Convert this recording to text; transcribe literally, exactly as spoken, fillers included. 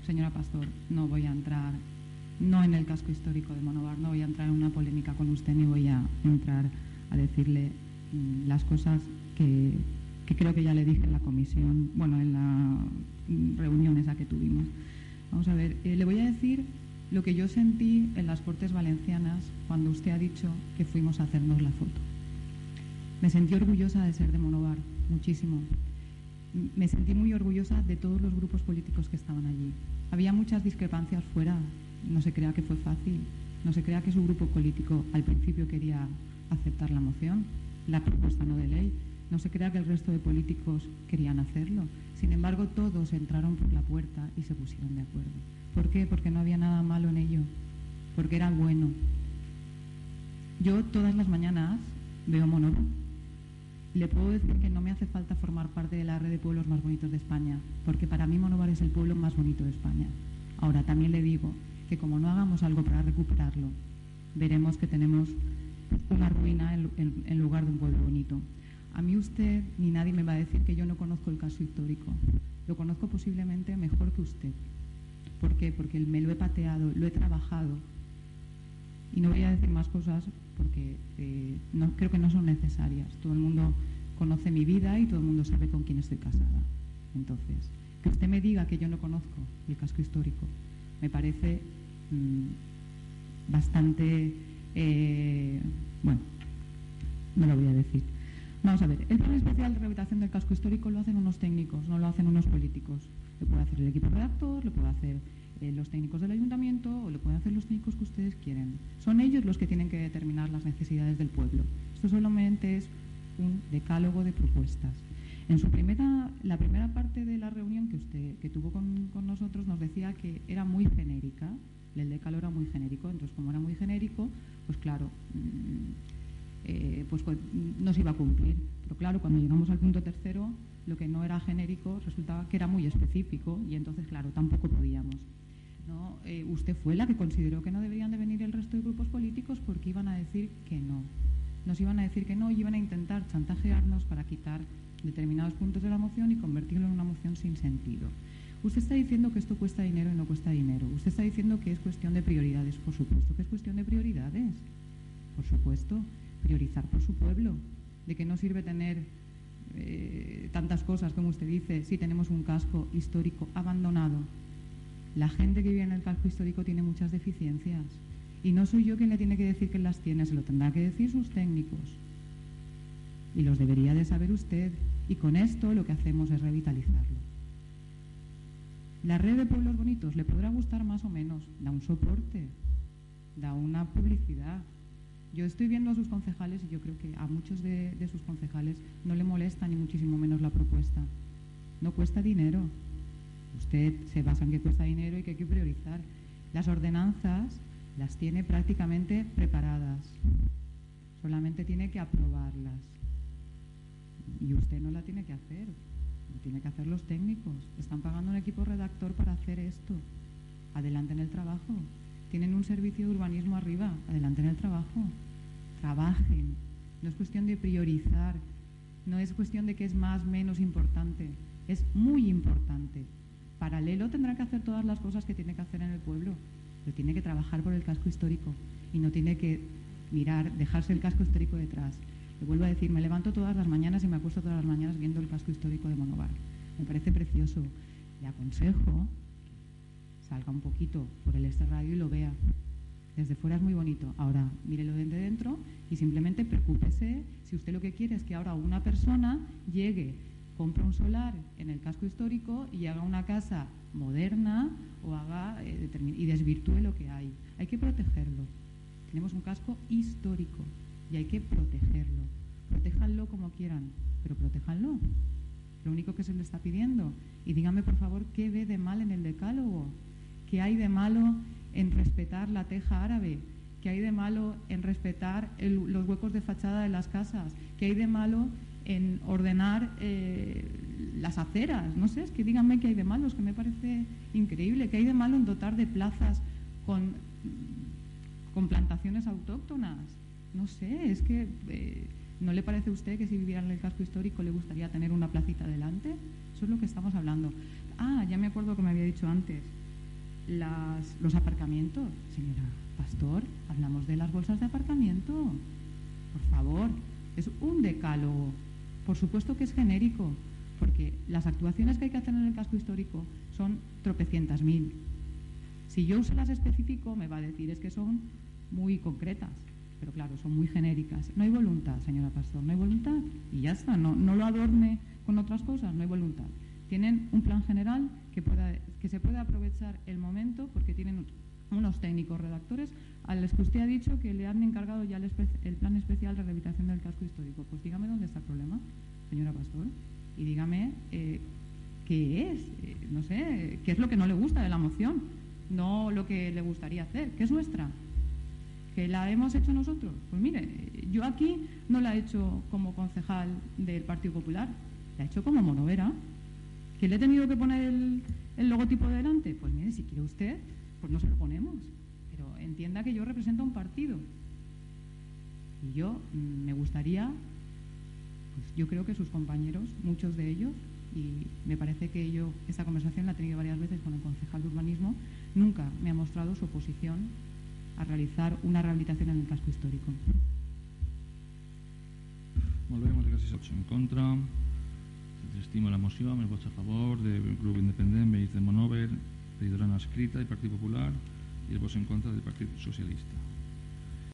señora Pastor, no voy a entrar, no en el casco histórico de Monóvar, no voy a entrar en una polémica con usted ni voy a entrar a decirle mmm, las cosas que, que creo que ya le dije en la comisión, bueno, en la reunión esa que tuvimos. Vamos a ver, eh, le voy a decir lo que yo sentí en las Cortes Valencianas cuando usted ha dicho que fuimos a hacernos la foto. Me sentí orgullosa de ser de Monóvar, muchísimo. Me sentí muy orgullosa de todos los grupos políticos que estaban allí. Había muchas discrepancias fuera, no se crea que fue fácil, no se crea que su grupo político al principio quería aceptar la moción, la propuesta no de ley, no se crea que el resto de políticos querían hacerlo. Sin embargo, todos entraron por la puerta y se pusieron de acuerdo. ¿Por qué? Porque no había nada malo en ello, porque era bueno. Yo todas las mañanas veo Monóvar. Le puedo decir que no me hace falta formar parte de la red de pueblos más bonitos de España, porque para mí Monóvar es el pueblo más bonito de España. Ahora, también le digo que como no hagamos algo para recuperarlo, veremos que tenemos una ruina en, en, en lugar de un pueblo bonito. A mí usted ni nadie me va a decir que yo no conozco el caso histórico. Lo conozco posiblemente mejor que usted. ¿Por qué? Porque me lo he pateado, lo he trabajado. Y no voy a decir más cosas porque eh, no, creo que no son necesarias. Todo el mundo conoce mi vida y todo el mundo sabe con quién estoy casada. Entonces, que usted me diga que yo no conozco el casco histórico me parece mmm, bastante... Eh, bueno, no lo voy a decir. Vamos a ver, el plan especial de rehabilitación del casco histórico lo hacen unos técnicos, no lo hacen unos políticos. Lo puede hacer el equipo redactor, lo puede hacer eh, los técnicos del ayuntamiento o lo pueden hacer los técnicos que ustedes quieren. Son ellos los que tienen que determinar las necesidades del pueblo. Esto solamente es un decálogo de propuestas. En su primera, la primera parte de la reunión que usted que tuvo con, con nosotros nos decía que era muy genérica, el decálogo era muy genérico, entonces como era muy genérico, pues claro, mmm, Eh, pues no se iba a cumplir. Pero claro, cuando llegamos al punto tercero, lo que no era genérico resultaba que era muy específico y entonces, claro, tampoco podíamos. ¿No? Eh, usted fue la que consideró que no deberían de venir el resto de grupos políticos porque iban a decir que no. Nos iban a decir que no y iban a intentar chantajearnos para quitar determinados puntos de la moción y convertirlo en una moción sin sentido. Usted está diciendo que esto cuesta dinero y no cuesta dinero. Usted está diciendo que es cuestión de prioridades. Por supuesto que es cuestión de prioridades. Por supuesto. Priorizar por su pueblo, de que no sirve tener eh, tantas cosas como usted dice si tenemos un casco histórico abandonado. La gente que vive en el casco histórico tiene muchas deficiencias y no soy yo quien le tiene que decir que las tiene, se lo tendrá que decir sus técnicos y los debería de saber usted, y con esto lo que hacemos es revitalizarlo. La red de pueblos bonitos le podrá gustar más o menos, da un soporte, da una publicidad. Yo estoy viendo a sus concejales y yo creo que a muchos de, de sus concejales no le molesta ni muchísimo menos la propuesta. No cuesta dinero. Usted se basa en que cuesta dinero y que hay que priorizar. Las ordenanzas las tiene prácticamente preparadas. Solamente tiene que aprobarlas. Y usted no la tiene que hacer. Lo tiene que hacer los técnicos. Están pagando un equipo redactor para hacer esto. Adelanten el trabajo. Tienen un servicio de urbanismo arriba, adelanten el trabajo, trabajen. No es cuestión de priorizar, no es cuestión de que es más, menos importante, es muy importante. Paralelo tendrá que hacer todas las cosas que tiene que hacer en el pueblo, pero tiene que trabajar por el casco histórico y no tiene que mirar, dejarse el casco histórico detrás. Le vuelvo a decir, me levanto todas las mañanas y me acuesto todas las mañanas viendo el casco histórico de Monóvar. Me parece precioso. Le aconsejo salga un poquito por el este radio y lo vea. Desde fuera es muy bonito. Ahora, mírelo desde dentro y simplemente preocúpese si usted lo que quiere es que ahora una persona llegue, compre un solar en el casco histórico y haga una casa moderna o haga eh, y desvirtúe lo que hay. Hay que protegerlo. Tenemos un casco histórico y hay que protegerlo. Protéjanlo como quieran, pero protéjanlo. Lo único que se le está pidiendo. Y dígame, por favor, ¿qué ve de mal en el decálogo? ¿Qué hay de malo en respetar la teja árabe? ¿Qué hay de malo en respetar el, los huecos de fachada de las casas? ¿Qué hay de malo en ordenar eh, las aceras? No sé, es que díganme qué hay de malo, es que me parece increíble. ¿Qué hay de malo en dotar de plazas con, con plantaciones autóctonas? No sé, es que... Eh, ¿no le parece a usted que si viviera en el casco histórico le gustaría tener una placita delante? Eso es lo que estamos hablando. Ah, ya me acuerdo que me había dicho antes. las, los aparcamientos. Señora Pastor, hablamos de las bolsas de aparcamiento. Por favor, es un decálogo. Por supuesto que es genérico, porque las actuaciones que hay que hacer en el casco histórico son tropecientas mil. Si yo se las especifico, me va a decir es que son muy concretas, pero claro, son muy genéricas. No hay voluntad, señora Pastor, no hay voluntad. Y ya está, no, no lo adorne con otras cosas, no hay voluntad. Tienen un plan general que, pueda, que se puede aprovechar el momento porque tienen unos técnicos redactores a los que usted ha dicho que le han encargado ya el, espe el plan especial de rehabilitación del casco histórico. Pues dígame dónde está el problema, señora Pastor, y dígame eh, qué es, eh, no sé, qué es lo que no le gusta de la moción, no lo que le gustaría hacer, que es nuestra, que la hemos hecho nosotros. Pues mire, yo aquí no la he hecho como concejal del Partido Popular, la he hecho como Monovera. ¿Que le he tenido que poner el, el logotipo delante? Pues mire, si quiere usted, pues no se lo ponemos. Pero entienda que yo represento a un partido. Y yo mmm, me gustaría, pues yo creo que sus compañeros, muchos de ellos, y me parece que yo esta conversación la he tenido varias veces con el concejal de urbanismo, nunca me ha mostrado su oposición a realizar una rehabilitación en el casco histórico. Volvemos a casi ocho en contra. S'estima la moció amb els vots a favor del grup independent Veïns de Monover, Regidora no escrita i Partit Popular, i els vots en contra del Partit Socialista.